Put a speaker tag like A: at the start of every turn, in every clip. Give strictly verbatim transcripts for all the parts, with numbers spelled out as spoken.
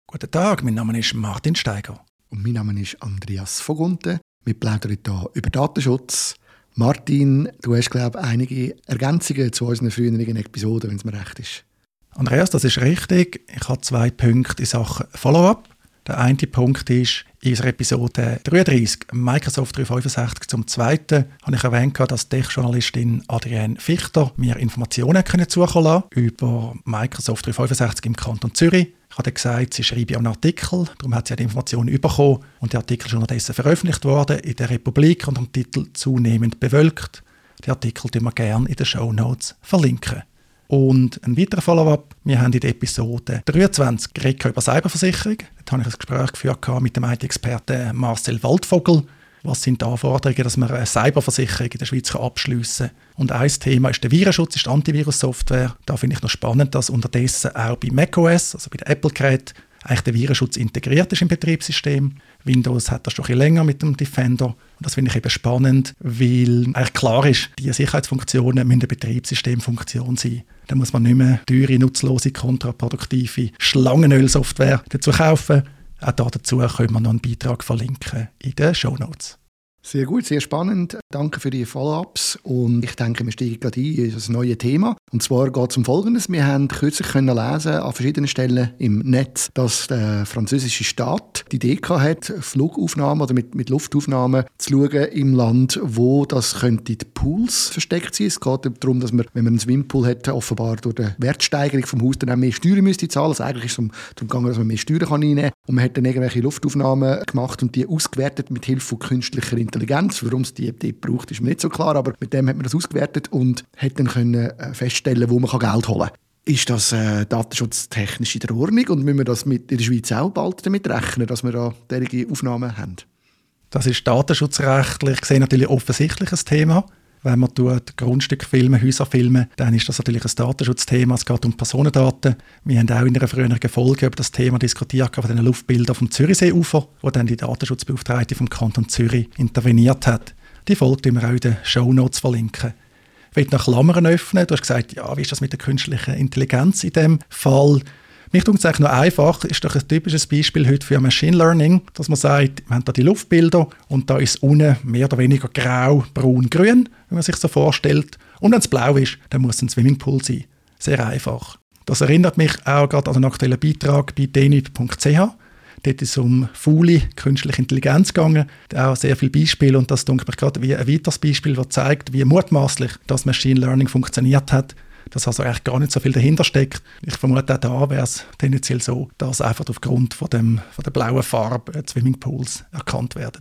A: Guten Tag, mein Name ist Martin Steiger.
B: Und mein Name ist Andreas Vogunten. Wir plaudern hier über Datenschutz. Martin, du hast, glaube ich, einige Ergänzungen zu unseren früheren Episoden, wenn es mir recht ist.
A: Andreas, das ist richtig. Ich habe zwei Punkte in Sachen Follow-up. Der eine Punkt ist, in unserer Episode dreiunddreißig, Microsoft dreihundertfünfundsechzig, zum Zweiten, habe ich erwähnt, dass Tech-Journalistin Adrienne Fichter mir Informationen zukommen lassen über Microsoft dreihundertfünfundsechzig im Kanton Zürich. Ich habe gesagt, sie schreibe einen Artikel, darum hat sie die Informationen bekommen und der Artikel ist unterdessen veröffentlicht worden in der Republik und am Titel «Zunehmend bewölkt». Den Artikel verlinken wir gerne in den Shownotes verlinken. Und ein weiterer Follow-up, wir haben in der Episode dreiundzwanzig geredet über Cyberversicherung. Dort habe ich ein Gespräch geführt mit dem I T-Experten Marcel Waldvogel. Was sind die Anforderungen, dass man eine Cyberversicherung in der Schweiz abschliessen kann? Und ein Thema ist der Virenschutz, ist die Antivirus-Software. Da finde ich noch spannend, dass unterdessen auch bei macOS, also bei den Apple-Geräten, eigentlich der Virenschutz integriert ist im Betriebssystem. Windows hat das schon ein bisschen länger mit dem Defender. Und das finde ich eben spannend, weil eigentlich klar ist, die Sicherheitsfunktionen müssen eine Betriebssystemfunktion sein. Da muss man nicht mehr teure, nutzlose, kontraproduktive Schlangenöl-Software dazu kaufen. Auch dazu können wir noch einen Beitrag verlinken in den Shownotes.
B: Sehr gut, sehr spannend. Danke für die Follow-ups. Und ich denke, wir steigen gerade ein in das neue Thema. Und zwar geht es um Folgendes. Wir haben kürzlich können lesen an verschiedenen Stellen im Netz, dass der französische Staat die Idee hat, Flugaufnahmen oder mit, mit Luftaufnahmen zu schauen im Land, wo das könnte die Pools versteckt sein. Es geht darum, dass man, wenn man einen Swimmingpool hat, offenbar durch die Wertsteigerung vom Haus dann auch mehr Steuern müsste zahlen. Also eigentlich ist es darum gegangen, dass man mehr Steuern reinnehmen kann. Und man hat dann irgendwelche Luftaufnahmen gemacht und die ausgewertet mit Hilfe von künstlicher Intelligenz. Warum es die Idee braucht, ist mir nicht so klar, aber mit dem hat man das ausgewertet und hat dann können feststellen, wo man Geld holen kann. Ist das äh, datenschutztechnisch in der Ordnung und müssen wir das mit in der Schweiz auch bald damit rechnen, dass wir da solche Aufnahmen haben?
A: Das ist datenschutzrechtlich gesehen natürlich offensichtlich ein Thema. Wenn man Grundstücke filmen, Häuser filmen, dann ist das natürlich ein Datenschutzthema. Es geht um Personendaten. Wir haben auch in einer früheren Folge über das Thema diskutiert, von den Luftbildern vom Zürichseeufer, wo dann die Datenschutzbeauftragte vom Kanton Zürich interveniert hat. Die Folge verlinken wir auch in den Shownotes verlinken. Ich will noch Klammern öffnen. Du hast gesagt, ja, wie ist das mit der künstlichen Intelligenz in diesem Fall? Mich denkt es eigentlich noch einfach, ist doch ein typisches Beispiel heute für Machine Learning, dass man sagt, wir haben da die Luftbilder und da ist unten mehr oder weniger grau, braun, grün, wenn man sich so vorstellt. Und wenn es blau ist, dann muss es ein Swimmingpool sein. Sehr einfach. Das erinnert mich auch gerade an einen aktuellen Beitrag bei d n i p punkt c h. Dort ist es um faule künstliche Intelligenz gegangen. Auch sehr viele Beispiele und das denke ich gerade wie ein weiteres Beispiel, das zeigt, wie mutmaßlich das Machine Learning funktioniert hat. Dass also eigentlich gar nicht so viel dahinter steckt. Ich vermute, auch da wäre es tendenziell so, dass einfach aufgrund von, dem, von der blauen Farbe Swimmingpools erkannt werden.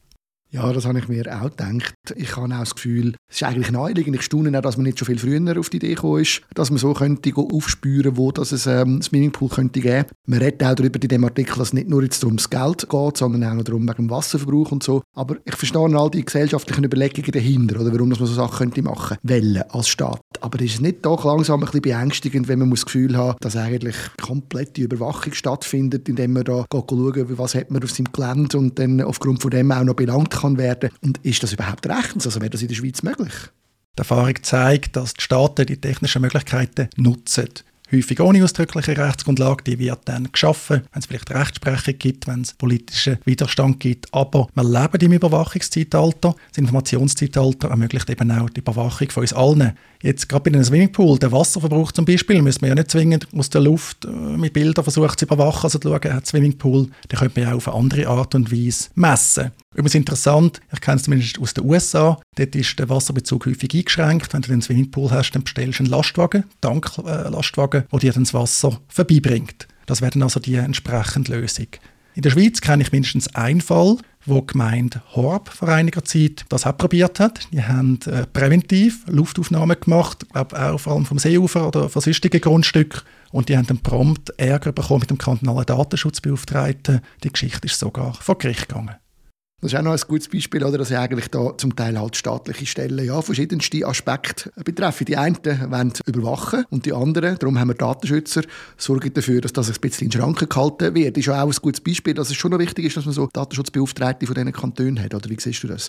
B: Ja, das habe ich mir auch gedacht. Ich habe auch das Gefühl, es ist eigentlich naheliegend. Ich staune auch, dass man nicht schon viel früher auf die Idee gekommen ist, dass man so könnte aufspüren, wo das es ähm, Swimmingpool könnte geben. Man redet auch darüber in dem Artikel, dass es nicht nur jetzt ums Geld geht, sondern auch noch darum wegen dem Wasserverbrauch und so. Aber ich verstehe all die gesellschaftlichen Überlegungen dahinter, oder warum man so Sachen könnte machen könnte, als Staat. Aber ist es nicht doch langsam ein bisschen beängstigend, wenn man das Gefühl hat, dass eigentlich komplette Überwachung stattfindet, indem man da schauen, was hat man auf seinem Gelände und dann aufgrund von dem auch noch belangt kann werden. Und ist das überhaupt rechtens? Also wäre das in der Schweiz möglich?
A: Die Erfahrung zeigt, dass die Staaten die technischen Möglichkeiten nutzen. Häufig ohne ausdrückliche Rechtsgrundlage, die wird dann geschaffen, wenn es vielleicht Rechtsprechung gibt, wenn es politischen Widerstand gibt. Aber wir leben im Überwachungszeitalter. Das Informationszeitalter ermöglicht eben auch die Überwachung von uns allen. Jetzt gerade bei einem Swimmingpool, der Wasserverbrauch zum Beispiel, müssen wir ja nicht zwingend aus der Luft mit Bildern versuchen zu überwachen, also zu schauen, hat Swimmingpool, den könnte man ja auf eine andere Art und Weise messen. Übrigens interessant, ich kenne es zumindest aus den U S A, dort ist der Wasserbezug häufig eingeschränkt. Wenn du einen Swimmingpool hast, dann bestellst du einen Lastwagen, Tanklastwagen, der dir dann das Wasser vorbeibringt. Das wäre dann also die entsprechende Lösung. In der Schweiz kenne ich mindestens einen Fall, wo die Gemeinde Horb vor einiger Zeit das auch probiert hat. Die haben äh, präventiv Luftaufnahmen gemacht, ich glaube auch vor allem vom Seeufer oder von sonstigen Grundstücken. Und die haben dann prompt Ärger bekommen mit dem kantonalen Datenschutzbeauftragten. Die Geschichte ist sogar vor Gericht gegangen.
B: Das ist auch noch ein gutes Beispiel, oder, dass eigentlich da zum Teil halt staatliche Stellen ja, verschiedenste Aspekte betreffen. Die einen wollen überwachen und die anderen, darum haben wir Datenschützer, sorgen dafür, dass das ein bisschen in Schranken gehalten wird. Das ist auch ein gutes Beispiel, dass es schon noch wichtig ist, dass man so Datenschutzbeauftragte von diesen Kantonen hat. Oder wie siehst du das?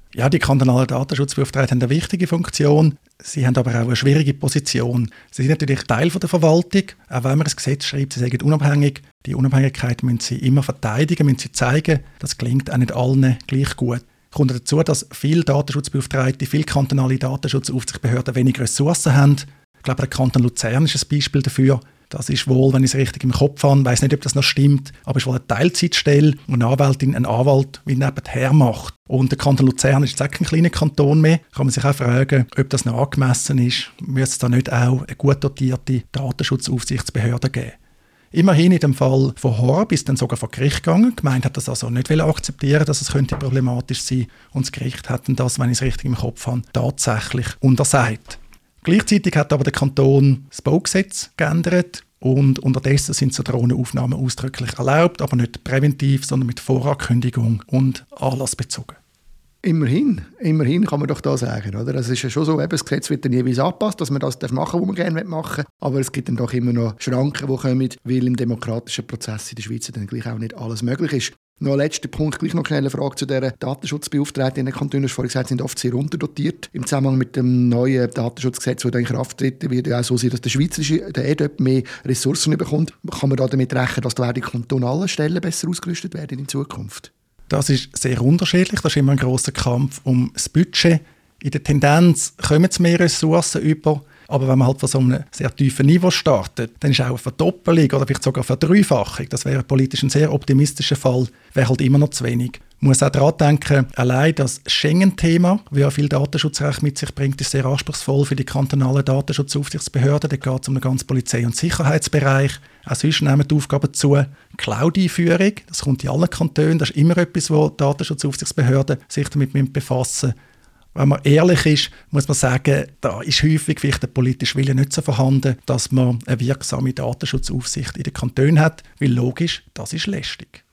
A: Ja, die kantonalen Datenschutzbeauftragten haben eine wichtige Funktion. Sie haben aber auch eine schwierige Position. Sie sind natürlich Teil der Verwaltung, auch wenn man ein Gesetz schreibt, sie sagen unabhängig. Die Unabhängigkeit müssen sie immer verteidigen, müssen sie zeigen. Das gelingt auch nicht allen gleich gut. Kommt dazu, dass viele Datenschutzbeauftragte, viele kantonale Datenschutzaufsichtsbehörden wenig Ressourcen haben. Ich glaube, der Kanton Luzern ist ein Beispiel dafür. Das ist wohl, wenn ich es richtig im Kopf habe, ich weiss nicht, ob das noch stimmt, aber es ist wohl eine Teilzeitstelle, wo eine Anwältin einen Anwalt wie nebenher macht. Und der Kanton Luzern ist jetzt auch kein kleiner Kanton mehr. Kann man sich auch fragen, ob das noch angemessen ist. Müsste es da nicht auch eine gut dotierte Datenschutzaufsichtsbehörde geben? Immerhin in dem Fall von Horb ist dann sogar vor Gericht gegangen. Die Gemeinde hat das also nicht akzeptieren, dass es könnte problematisch sein. Und das Gericht hat dann das, wenn ich es richtig im Kopf habe, tatsächlich untersagt. Gleichzeitig hat aber der Kanton das Baugesetz geändert und unterdessen sind so Drohnenaufnahmen ausdrücklich erlaubt, aber nicht präventiv, sondern mit Vorankündigung und anlassbezogen.
B: Immerhin, immerhin kann man doch da sagen, oder? Es ist ja schon so, eben, das Gesetz wird dann jeweils angepasst, dass man das machen darf, was man gerne machen will. Aber es gibt dann doch immer noch Schranken, die kommen, weil im demokratischen Prozess in der Schweiz dann gleich auch nicht alles möglich ist. Noch ein letzter Punkt, gleich noch eine Frage zu dieser Datenschutzbeauftragten in den Kantonen. Du hast vorhin gesagt, sind oft sehr unterdotiert. Im Zusammenhang mit dem neuen Datenschutzgesetz, das in Kraft tritt, wird ja auch so sein, dass der Schweizerische, der E D O P, mehr Ressourcen bekommt. Kann man da damit rechnen, dass die kantonalen Stellen besser ausgerüstet werden in Zukunft?
A: Das ist sehr unterschiedlich. Das ist immer ein grosser Kampf um das Budget. In der Tendenz kommen es mehr Ressourcen über. Aber wenn man halt von so einem sehr tiefen Niveau startet, dann ist auch eine Verdoppelung oder vielleicht sogar eine Verdreifachung, das wäre politisch ein sehr optimistischer Fall, wäre halt immer noch zu wenig. Man muss auch daran denken, allein das Schengen-Thema, wie ja viel Datenschutzrecht mit sich bringt, ist sehr anspruchsvoll für die kantonalen Datenschutzaufsichtsbehörden. Da geht es um den ganzen Polizei- und Sicherheitsbereich. Auch sonst nehmen die Aufgaben zu. Cloud-Einführung, das kommt in allen Kantonen. Das ist immer etwas, wo Datenschutzaufsichtsbehörden sich damit befassen müssen. Wenn man ehrlich ist, muss man sagen, da ist häufig vielleicht der politische Wille nicht so vorhanden, dass man eine wirksame Datenschutzaufsicht in den Kantonen hat, weil logisch, das ist lästig.